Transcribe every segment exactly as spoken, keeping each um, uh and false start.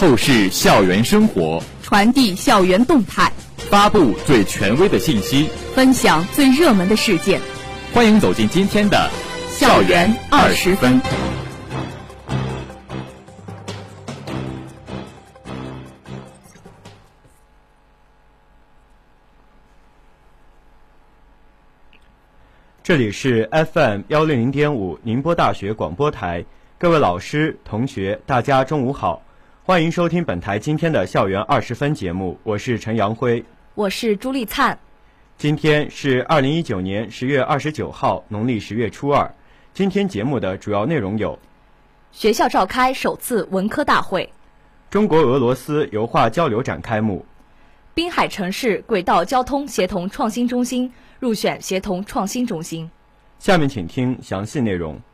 透视校园生活， 传递校园动态， 发布最权威的信息， 分享最热门的事件。 欢迎走进今天的校园二十分。 这里是 F M 幺零零点五宁波大学广播台，各位老师、同学，大家中午好，欢迎收听本台今天的校园二十分节目，我是陈阳辉， 我是朱丽灿。 今天是二零一九年十月二十九号，农历十月初二。今天节目的主要内容有： 学校召开首次文科大会， 中国俄罗斯油画交流展开幕， 滨海城市轨道交通协同创新中心入选协同创新中心。 下面请听详细内容。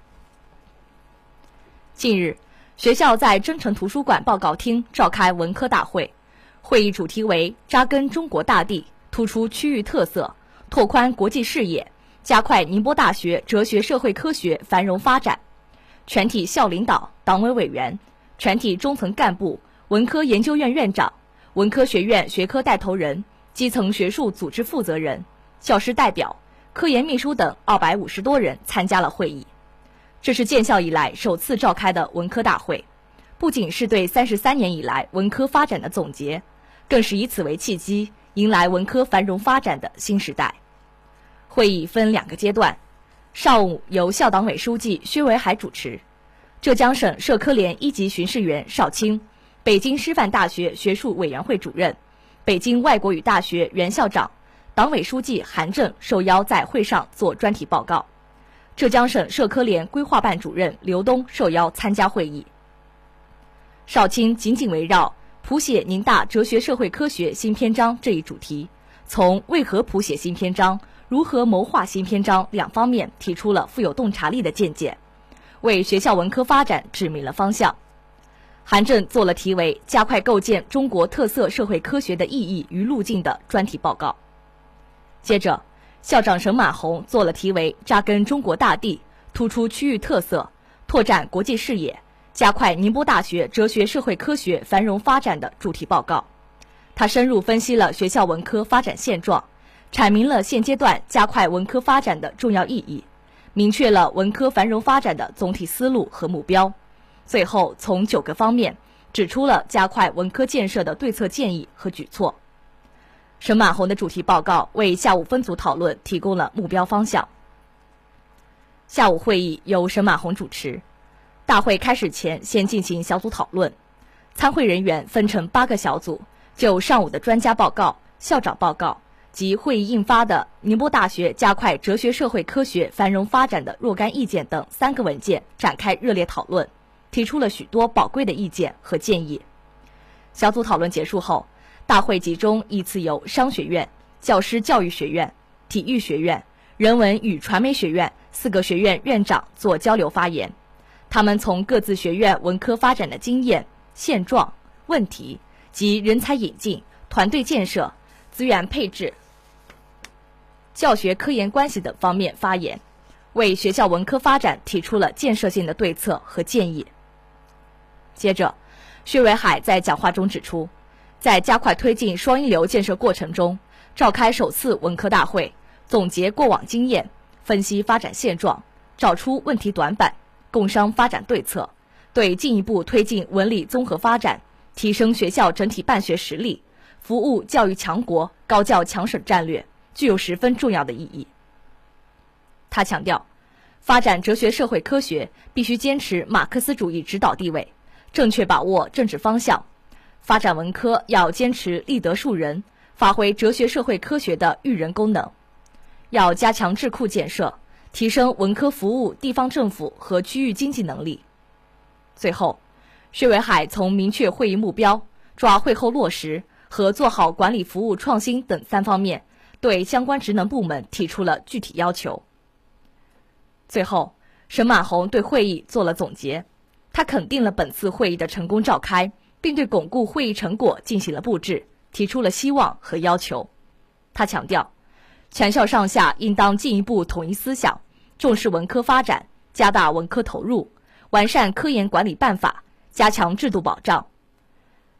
近日，学校在增城图书馆报告厅召开文科大会，会议主题为扎根中国大地，突出区域特色，拓宽国际视野，加快宁波大学哲学社会科学繁荣发展。全体校领导、党委委员、全体中层干部、文科研究院院长、文科学院学科带头人、基层学术组织负责人、教师代表、科研秘书等二百五十多人参加了会议。这是建校以来首次召开的文科大会，不仅是对三十三年以来文科发展的总结，更是以此为契机，迎来文科繁荣发展的新时代。会议分两个阶段，上午由校党委书记薛维海主持，浙江省社科联一级巡视员邵清，北京师范大学学术委员会主任、北京外国语大学原校长、党委书记韩正受邀在会上做专题报告。浙江省社科联规划办主任刘东受邀参加会议。邵清紧紧围绕谱写宁大哲学社会科学新篇章这一主题，从为何谱写新篇章、如何谋划新篇章两方面提出了富有洞察力的见解，为学校文科发展指明了方向。韩正做了题为加快构建中国特色社会科学的意义与路径的专题报告。接着，校长沈马红做了题为扎根中国大地，突出区域特色，拓展国际视野，加快宁波大学哲学社会科学繁荣发展的主题报告。他深入分析了学校文科发展现状，阐明了现阶段加快文科发展的重要意义，明确了文科繁荣发展的总体思路和目标。最后从九个方面指出了加快文科建设的对策建议和举措。沈马红的主题报告为下午分组讨论提供了目标方向。下午会议由沈马红主持，大会开始前先进行小组讨论，参会人员分成八个小组，就上午的专家报告、校长报告及会议印发的宁波大学加快哲学社会科学繁荣发展的若干意见等三个文件展开热烈讨论，提出了许多宝贵的意见和建议。小组讨论结束后，大会集中依次由商学院、教师教育学院、体育学院、人文与传媒学院四个学院院长做交流发言，他们从各自学院文科发展的经验、现状、问题及人才引进、团队建设、资源配置、教学科研关系等方面发言，为学校文科发展提出了建设性的对策和建议。接着，薛维海在讲话中指出，在加快推进双一流建设过程中，召开首次文科大会，总结过往经验，分析发展现状，找出问题短板，共商发展对策，对进一步推进文理综合发展，提升学校整体办学实力，服务教育强国、高教强省战略，具有十分重要的意义。他强调，发展哲学社会科学必须坚持马克思主义指导地位，正确把握政治方向。发展文科要坚持立德树人，发挥哲学社会科学的育人功能，要加强智库建设，提升文科服务地方政府和区域经济能力。最后，薛维海从明确会议目标、抓会后落实和做好管理服务创新等三方面，对相关职能部门提出了具体要求。最后，沈马红对会议做了总结，他肯定了本次会议的成功召开，并对巩固会议成果进行了布置，提出了希望和要求。他强调，全校上下应当进一步统一思想，重视文科发展，加大文科投入，完善科研管理办法，加强制度保障。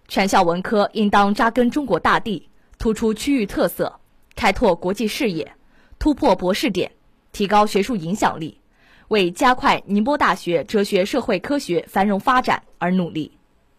全校文科应当扎根中国大地，突出区域特色，开拓国际视野，突破博士点，提高学术影响力，为加快宁波大学哲学社会科学繁荣发展而努力。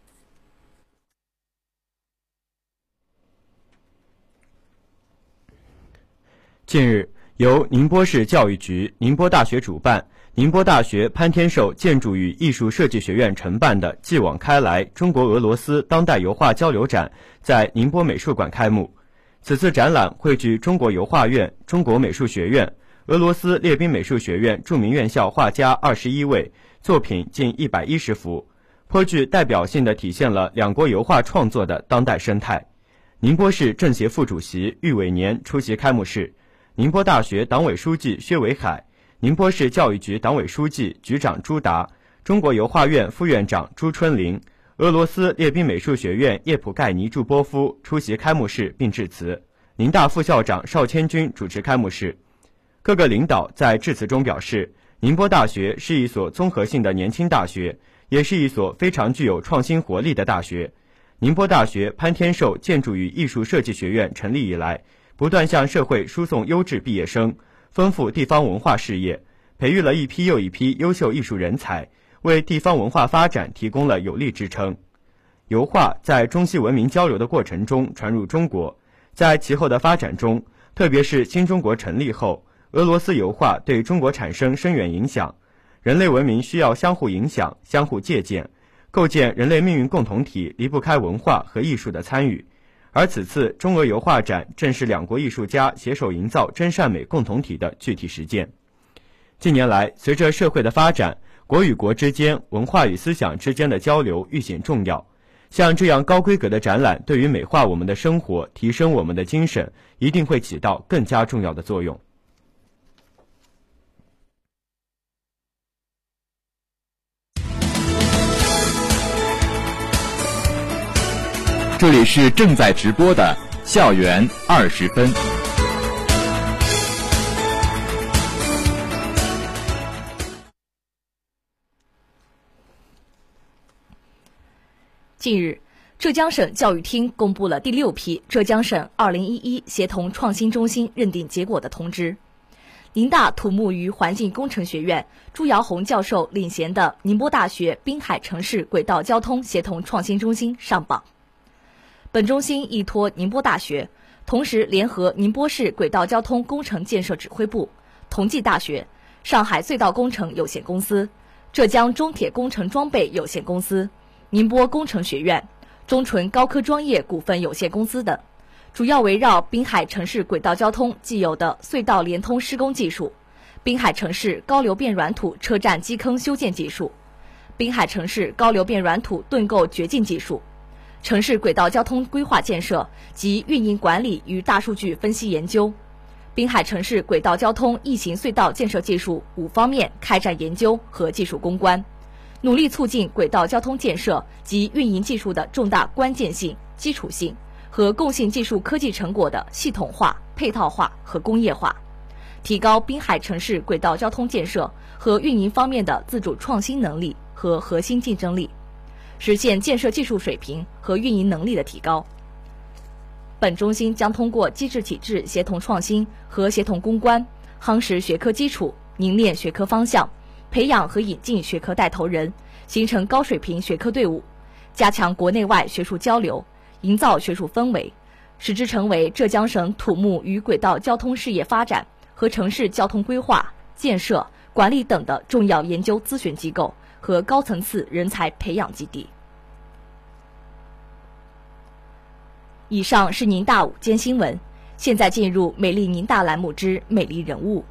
近日，由宁波市教育局、宁波大学主办，宁波大学潘天寿建筑与艺术设计学院承办的继往开来中国俄罗斯当代油画交流展在宁波美术馆开幕。此次展览汇聚中国油画院、中国美术学院、俄罗斯列宾美术学院著名院校画家二十一位，作品近一百一十幅，颇具代表性地体现了两国油画创作的当代生态。宁波市政协副主席郁伟年出席开幕式，宁波大学党委书记薛维海、宁波市教育局党委书记、局长朱达、中国油画院副院长朱春林、俄罗斯列宾美术学院叶普盖尼祝波夫出席开幕式并致辞。宁大副校长邵千军主持开幕式。各个领导在致辞中表示，宁波大学是一所综合性的年轻大学，也是一所非常具有创新活力的大学。宁波大学潘天寿建筑与艺术设计学院成立以来，不断向社会输送优质毕业生，丰富地方文化事业，培育了一批又一批优秀艺术人才，为地方文化发展提供了有力支撑。油画在中西文明交流的过程中传入中国，在其后的发展中，特别是新中国成立后，俄罗斯油画对中国产生深远影响。人类文明需要相互影响、相互借鉴，构建人类命运共同体离不开文化和艺术的参与。而此次中俄油画展正是两国艺术家携手营造真善美共同体的具体实践。近年来，随着社会的发展，国与国之间、文化与思想之间的交流愈显重要。像这样高规格的展览，对于美化我们的生活、提升我们的精神，一定会起到更加重要的作用。 这里是正在直播的校园二十分。 近日，浙江省教育厅公布了第六批浙江省二零一一协同创新中心认定结果的通知。宁大土木与环境工程学院朱尧红教授领衔的宁波大学滨海城市轨道交通协同创新中心上榜。本中心依托宁波大学，同时联合宁波市轨道交通工程建设指挥部、同济大学、上海隧道工程有限公司、浙江中铁工程装备有限公司、宁波工程学院、中纯高科专业股份有限公司等，主要围绕滨海城市轨道交通既有的隧道连通施工技术、滨海城市高流变软土车站基坑修建技术、滨海城市高流变软土盾构掘进技术、城市轨道交通规划建设及运营管理与大数据分析研究、滨海城市轨道交通异形隧道建设技术五方面开展研究和技术攻关，努力促进轨道交通建设及运营技术的重大关键性、基础性和共性技术科技成果的系统化、配套化和工业化，提高滨海城市轨道交通建设和运营方面的自主创新能力和核心竞争力，实现建设技术水平和运营能力的提高。本中心将通过机制体制协同创新和协同攻关，夯实学科基础，凝练学科方向，培养和引进学科带头人，形成高水平学科队伍，加强国内外学术交流，营造学术氛围，使之成为浙江省土木与轨道交通事业发展和城市交通规划、建设、管理等的重要研究咨询机构和高层次人才培养基地。以上是宁大午间新闻，现在进入美丽宁大栏目之美丽人物。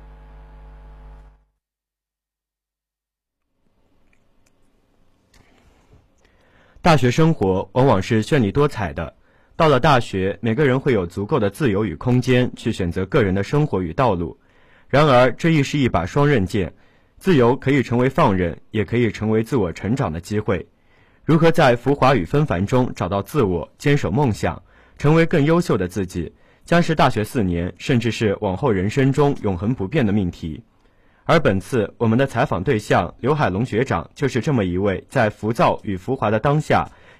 大学生活往往是绚丽多彩的，到了大学，每个人会有足够的自由与空间去选择个人的生活与道路。然而，这亦是一把双刃剑，自由可以成为放任，也可以成为自我成长的机会。如何在浮华与纷繁中找到自我，坚守梦想，成为更优秀的自己，将是大学四年，甚至是往后人生中永恒不变的命题。而本次我们的采访对象刘海龙学长，就是这么一位在浮躁与浮华的当下，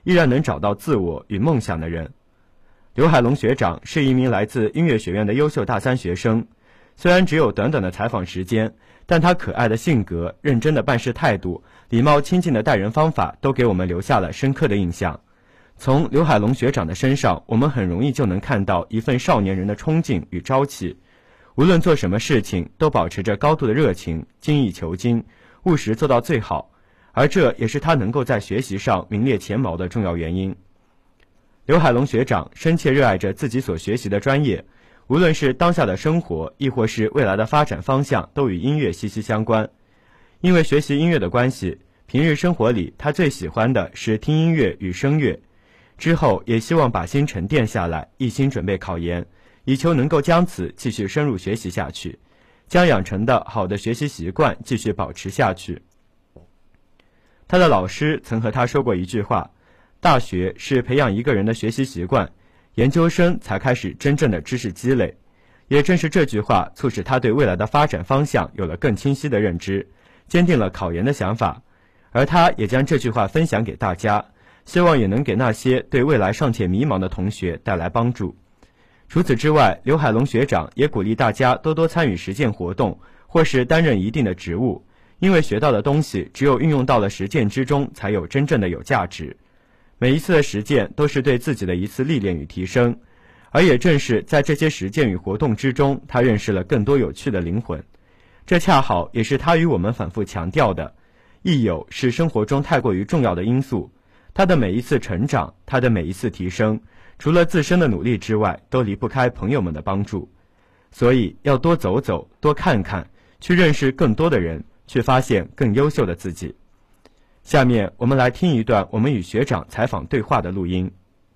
依然能找到自我与梦想的人。刘海龙学长是一名来自音乐学院的优秀大三学生，虽然只有短短的采访时间，但他可爱的性格、认真的办事态度、礼貌亲近的待人方法都给我们留下了深刻的印象。从刘海龙学长的身上，我们很容易就能看到一份少年人的冲劲与朝气，无论做什么事情都保持着高度的热情，精益求精，务实做到最好，而这也是他能够在学习上名列前茅的重要原因。刘海龙学长深切热爱着自己所学习的专业，无论是当下的生活，亦或是未来的发展方向，都与音乐息息相关。因为学习音乐的关系，平日生活里他最喜欢的是听音乐与声乐，之后也希望把心沉淀下来，一心准备考研，以求能够将此继续深入学习下去，将养成的好的学习习惯继续保持下去。他的老师曾和他说过一句话，大学是培养一个人的学习习惯，研究生才开始真正的知识积累。也正是这句话促使他对未来的发展方向有了更清晰的认知，坚定了考研的想法，而他也将这句话分享给大家，希望也能给那些对未来尚且迷茫的同学带来帮助。除此之外，刘海龙学长也鼓励大家多多参与实践活动，或是担任一定的职务，因为学到的东西只有运用到了实践之中，才有真正的有价值。每一次的实践都是对自己的一次历练与提升，而也正是在这些实践与活动之中，他认识了更多有趣的灵魂。这恰好也是他与我们反复强调的，益友是生活中太过于重要的因素。他的每一次成长，他的每一次提升，除了自身的努力之外，都离不开朋友们的帮助。所以要多走走，多看看，去认识更多的人，去发现更优秀的自己。下面我们来听一段我们与学长采访对话的录音。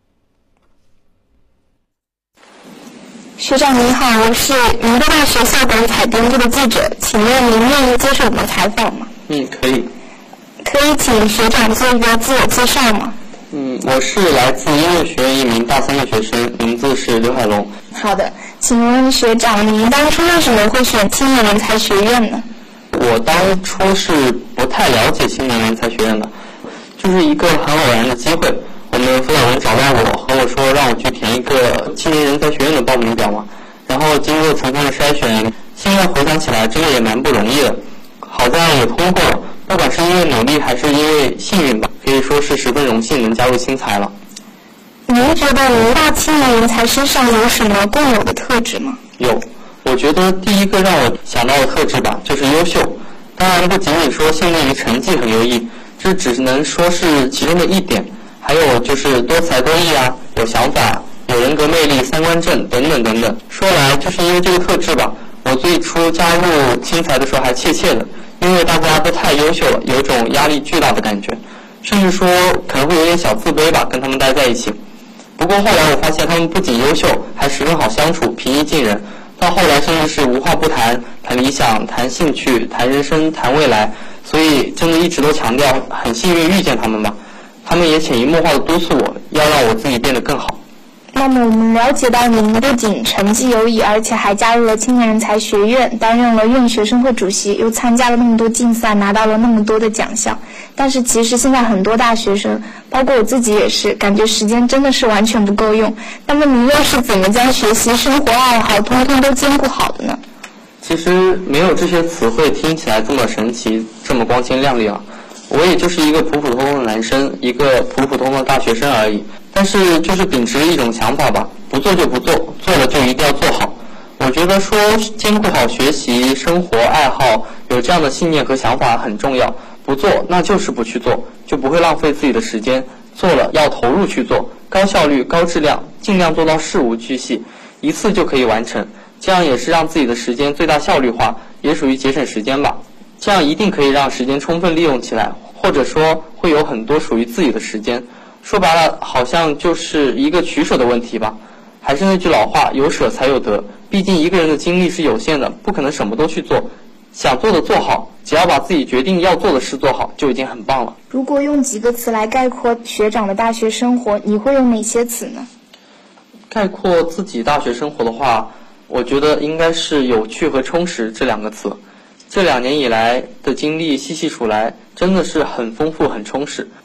学长您好，我是宁波大学校本采编部的记者，请问您愿意接受我们的采访吗？ 嗯，可以。 可以请学长做一个自我介绍吗？ 嗯，我是来自音乐学院一名大三的学生，名字是刘海龙。 好的，请问学长，您当初为什么会选青年人才学院呢？ 我当初是不太了解青年人才学院的，就是一个很偶然的机会，我们辅导员找到我，和我说让我去填一个青年人才学院的报名表嘛。然后经过层层的筛选，现在回想起来，真的也蛮不容易的。好在也通过了，不管是因为努力还是因为幸运吧，可以说是十分荣幸能加入青才了。 您觉得宁大青年人才身上有什么共有的特质吗？ 有，我觉得第一个让我想到的特质吧，就是优秀。当然不仅仅说限定于成绩很优异，这只能说是其中的一点。还有就是多才多艺啊，有想法，有人格魅力，三观正等等等等。说来就是因为这个特质吧，我最初加入青才的时候还怯怯的，因为大家都太优秀了，有种压力巨大的感觉，甚至说可能会有点小自卑吧，跟他们待在一起。不过后来我发现他们不仅优秀，还十分好相处，平易近人。到后来甚至是无话不谈，谈理想，谈兴趣，谈人生，谈未来。所以真的一直都强调很幸运遇见他们吧，他们也潜移默化地督促我要让我自己变得更好。 那么我们了解到您不仅成绩优异，而且还加入了青年人才学院，担任了院学生会主席，又参加了那么多竞赛，拿到了那么多的奖项。但是其实现在很多大学生，包括我自己也是，感觉时间真的是完全不够用。那么您又是怎么将学习、生活、爱好通通都兼顾好的呢？ 其实没有这些词汇听起来这么神奇，这么光鲜亮丽啊。我也就是一个普普通通的男生，一个普普通通的大学生而已。但是就是秉持一种想法吧，不做就不做，做了就一定要做好。我觉得说兼顾好学习、生活、爱好，有这样的信念和想法很重要。不做那就是不去做，就不会浪费自己的时间。做了要投入去做，高效率、高质量，尽量做到事无巨细，一次就可以完成。这样也是让自己的时间最大效率化，也属于节省时间吧。这样一定可以让时间充分利用起来，或者说会有很多属于自己的时间。说白了，好像就是一个取舍的问题吧。还是那句老话，有舍才有得。毕竟一个人的精力是有限的，不可能什么都去做。想做的做好，只要把自己决定要做的事做好，就已经很棒了。 如果用几个词来概括学长的大学生活，你会用哪些词呢？ 概括自己大学生活的话，我觉得应该是有趣和充实这两个词。这两年以来的经历细细数来，真的是很丰富很充实。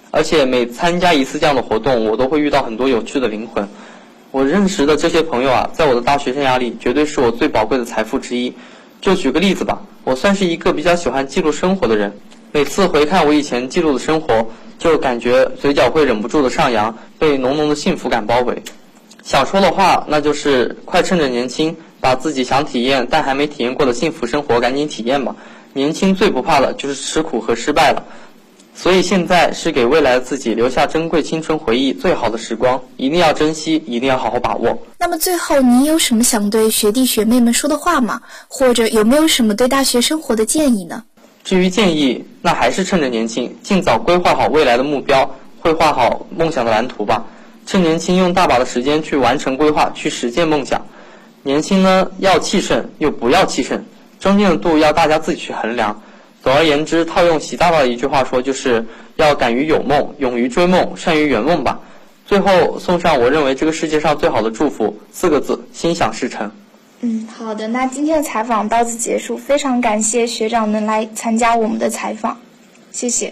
而且每参加一次这样的活动，我都会遇到很多有趣的灵魂。我认识的这些朋友啊，在我的大学生涯里，绝对是我最宝贵的财富之一。就举个例子吧，我算是一个比较喜欢记录生活的人，每次回看我以前记录的生活，就感觉嘴角会忍不住的上扬，被浓浓的幸福感包围。想说的话，那就是快趁着年轻，把自己想体验但还没体验过的幸福生活赶紧体验吧。年轻最不怕的就是吃苦和失败了。所以现在是给未来的自己留下珍贵青春回忆最好的时光，一定要珍惜，一定要好好把握。 那么最后，你有什么想对学弟学妹们说的话吗？或者有没有什么对大学生活的建议呢？ 至于建议，那还是趁着年轻，尽早规划好未来的目标，绘画好梦想的蓝图吧。趁年轻，用大把的时间去完成规划，去实践梦想。年轻呢，要气盛又不要气盛，中间的度要大家自己去衡量。总而言之，套用习大大的一句话说，就是要敢于有梦，勇于追梦，善于圆梦吧。最后送上我认为这个世界上最好的祝福，四个字：心想事成。 嗯，好的，那今天的采访到此结束，非常感谢学长能来参加我们的采访，谢谢。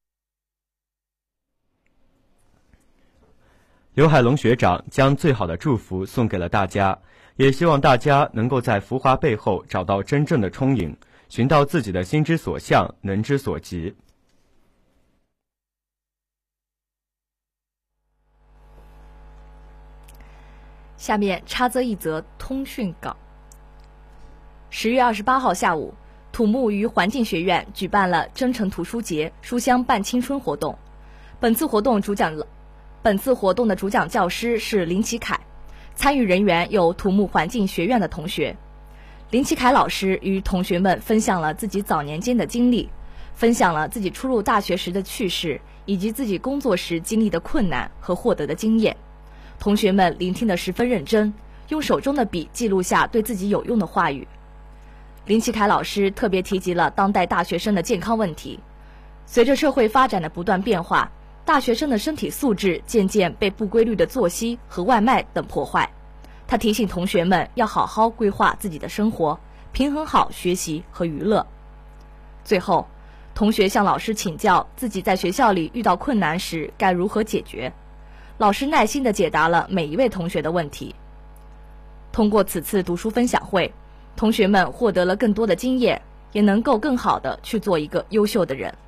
刘海龙学长将最好的祝福送给了大家，也希望大家能够在浮华背后找到真正的充盈，寻到自己的心之所向，能之所及。 下面插则一则通讯稿。十月二十八号下午，土木与环境学院举办了征程图书节书香伴青春活动。本次活动主讲了本次活动的主讲教师是林启凯，参与人员有土木环境学院的同学。林启凯老师与同学们分享了自己早年间的经历，分享了自己初入大学时的趣事，以及自己工作时经历的困难和获得的经验。同学们聆听得十分认真，用手中的笔记录下对自己有用的话语。林启凯老师特别提及了当代大学生的健康问题。随着社会发展的不断变化，大学生的身体素质渐渐被不规律的作息和外卖等破坏。他提醒同学们要好好规划自己的生活，平衡好学习和娱乐。最后，同学向老师请教自己在学校里遇到困难时该如何解决。老师耐心地解答了每一位同学的问题。通过此次读书分享会，同学们获得了更多的经验，也能够更好地去做一个优秀的人。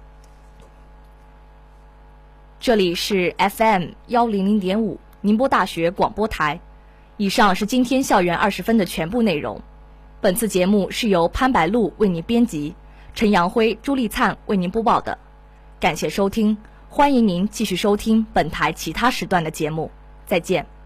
这里是 F M 一零零点五 宁波大学广播台。以上是今天校园二十分的全部内容。本次节目是由潘白露为您编辑，陈阳辉、朱丽灿为您播报的。感谢收听，欢迎您继续收听本台其他时段的节目。再见。